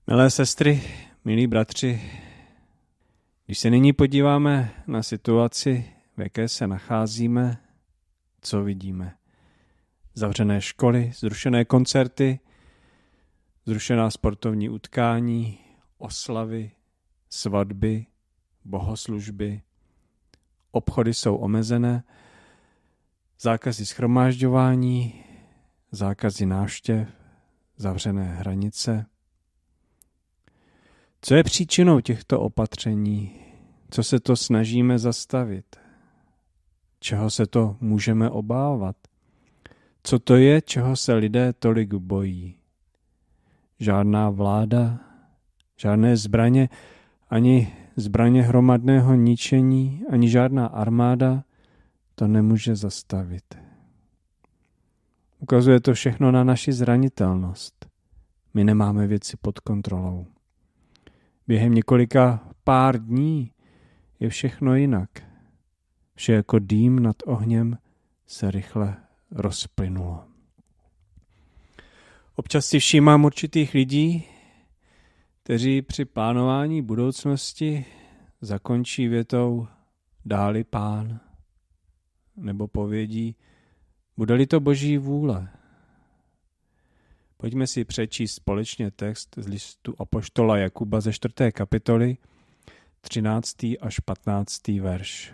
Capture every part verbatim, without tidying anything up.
Milé sestry, milí bratři, když se nyní podíváme na situaci, v jaké se nacházíme, co vidíme? Zavřené školy, zrušené koncerty, zrušená sportovní utkání, oslavy, svatby, bohoslužby, obchody jsou omezené, zákazy shromážďování, zákazy návštěv, zavřené hranice. Co je příčinou těchto opatření? Co se to snažíme zastavit? Čeho se to můžeme obávat? Co to je, čeho se lidé tolik bojí? Žádná vláda, žádné zbraně, ani zbraně hromadného ničení, ani žádná armáda to nemůže zastavit. Ukazuje to všechno na naši zranitelnost. My nemáme věci pod kontrolou. Během několika pár dní je všechno jinak. Vše jako dým nad ohněm se rychle rozplynulo. Občas si všímám určitých lidí, kteří při plánování budoucnosti zakončí větou dá-li Pán, nebo povědí bude-li to Boží vůle. Pojďme si přečíst společně text z listu apoštola Jakuba ze čtvrté kapitoly, třináctý až patnáctý verš.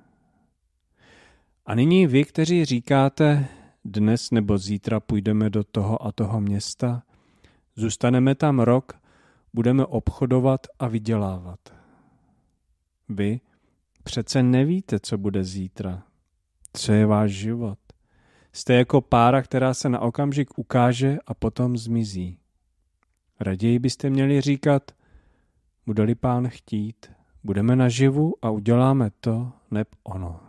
A nyní vy, kteří říkáte, dnes nebo zítra půjdeme do toho a toho města, zůstaneme tam rok, budeme obchodovat a vydělávat. Vy přece nevíte, co bude zítra, co je váš život. Jste jako pára, která se na okamžik ukáže a potom zmizí. Raději byste měli říkat, bude-li Pán chtít, budeme naživu a uděláme to, neb ono.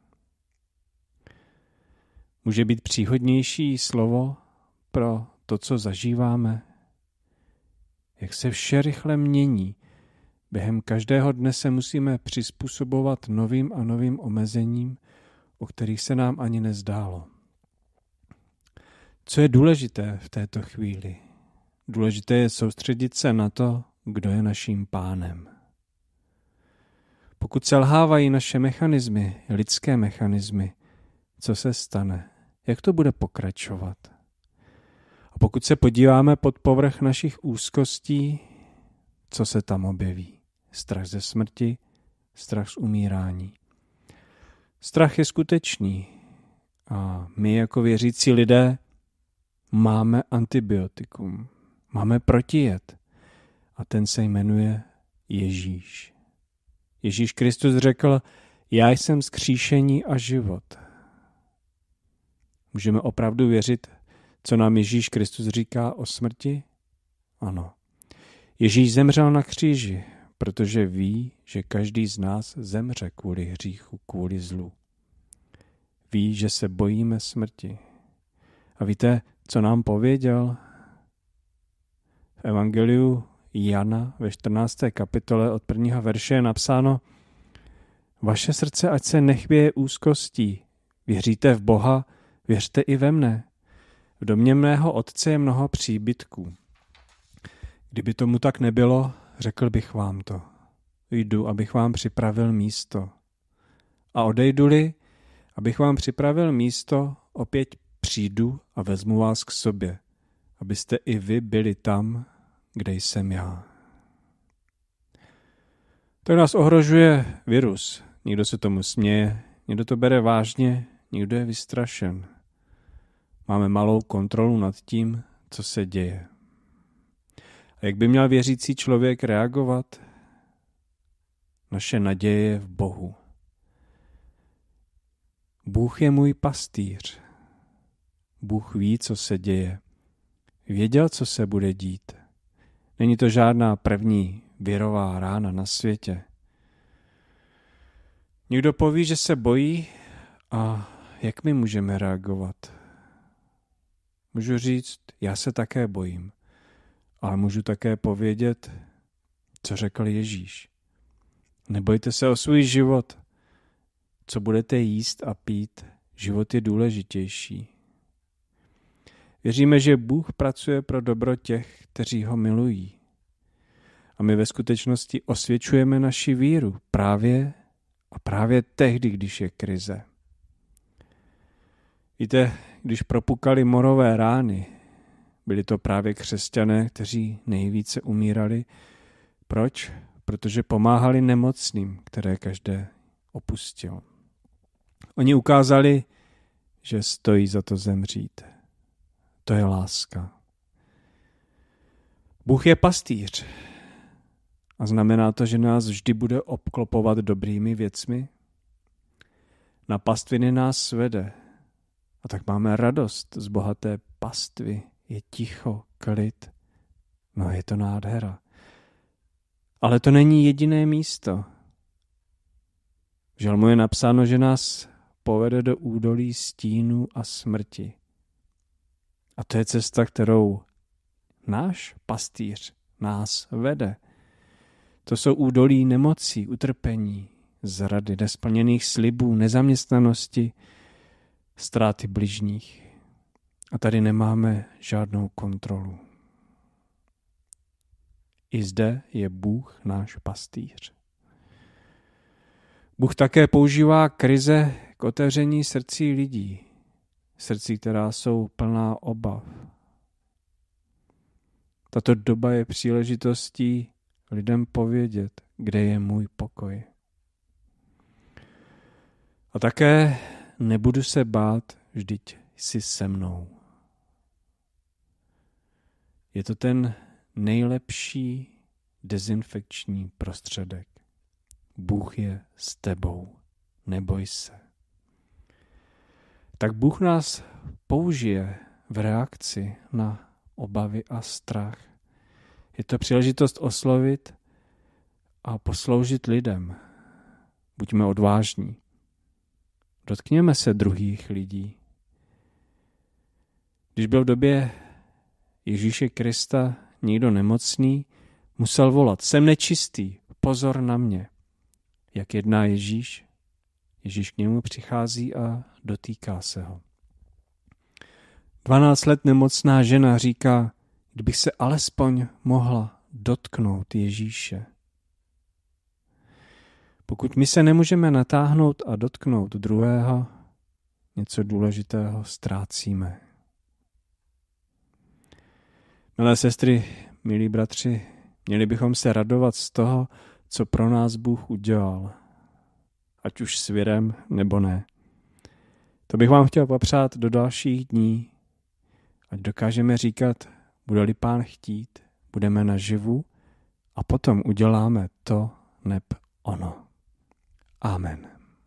Může být příhodnější slovo pro to, co zažíváme? Jak se vše rychle mění, během každého dne se musíme přizpůsobovat novým a novým omezením, o kterých se nám ani nezdálo. Co je důležité v této chvíli? Důležité je soustředit se na to, kdo je naším Pánem. Pokud selhávají naše mechanismy, lidské mechanismy, co se stane? Jak to bude pokračovat? A pokud se podíváme pod povrch našich úzkostí, co se tam objeví? Strach ze smrti, strach z umírání. Strach je skutečný a my jako věřící lidé máme antibiotikum, máme protijed a ten se jmenuje Ježíš. Ježíš Kristus řekl, já jsem vzkříšení a život. Můžeme opravdu věřit, co nám Ježíš Kristus říká o smrti? Ano. Ježíš zemřel na kříži, protože ví, že každý z nás zemře kvůli hříchu, kvůli zlu. Ví, že se bojíme smrti. A víte, co nám pověděl? V evangeliu Jana ve čtrnácté kapitole od prvního verše je napsáno: Vaše srdce ať se nechvěje úzkostí. Věříte v Boha, věřte i ve mne. V domě mého otce je mnoho příbytků. Kdyby tomu tak nebylo, řekl bych vám to. Jdu, abych vám připravil místo. A odejdu-li, abych vám připravil místo, opět přijdu a vezmu vás k sobě, abyste i vy byli tam, kde jsem já. Tak nás ohrožuje virus. Někdo se tomu směje, někdo to bere vážně, někdo je vystrašen. Máme malou kontrolu nad tím, co se děje. A jak by měl věřící člověk reagovat? Naše naděje je v Bohu. Bůh je můj pastýř. Bůh ví, co se děje. Věděl, co se bude dít. Není to žádná první virová rána na světě. Někdo poví, že se bojí, a jak my můžeme reagovat? Můžu říct, já se také bojím, ale můžu také povědět, co řekl Ježíš. Nebojte se o svůj život. Co budete jíst a pít, život je důležitější. Věříme, že Bůh pracuje pro dobro těch, kteří ho milují. A my ve skutečnosti osvědčujeme naši víru právě a právě tehdy, když je krize. Víte, když propukaly morové rány, byli to právě křesťané, kteří nejvíce umírali. Proč? Protože pomáhali nemocným, které každé opustil. Oni ukázali, že stojí za to zemřít. To je láska. Bůh je pastýř. A znamená to, že nás vždy bude obklopovat dobrými věcmi? Na pastviny nás vede. A tak máme radost z bohaté pastvy. Je ticho, klid. No je to nádhera. Ale to není jediné místo. V žalmu je napsáno, že nás povede do údolí stínu a smrti. A to je cesta, kterou náš pastýř nás vede. To jsou údolí nemocí, utrpení, zrady, nesplněných slibů, nezaměstnanosti, ztráty bližních. A tady nemáme žádnou kontrolu. I zde je Bůh náš pastýř. Bůh také používá krize k otevření srdcí lidí. Srdcí, která jsou plná obav. Tato doba je příležitostí lidem povědět, kde je můj pokoj. A také nebudu se bát, vždyť jsi se mnou. Je to ten nejlepší dezinfekční prostředek. Bůh je s tebou, neboj se. Tak Bůh nás použije v reakci na obavy a strach. Je to příležitost oslovit a posloužit lidem. Buďme odvážní. Dotkněme se druhých lidí. Když byl v době Ježíše Krista někdo nemocný, musel volat: jsem nečistý, pozor na mě. Jak jedná Ježíš? Ježíš k němu přichází a dotýká se ho. Dvanáct let nemocná žena říká: kdybych se alespoň mohla dotknout Ježíše. Pokud my se nemůžeme natáhnout a dotknout druhého, něco důležitého ztrácíme. Milé sestry, milí bratři, měli bychom se radovat z toho, co pro nás Bůh udělal. Ať už s virem, nebo ne. To bych vám chtěl popřát do dalších dní. Ať dokážeme říkat: bude-li Pán chtít, budeme naživu a potom uděláme to neb ono. Amen.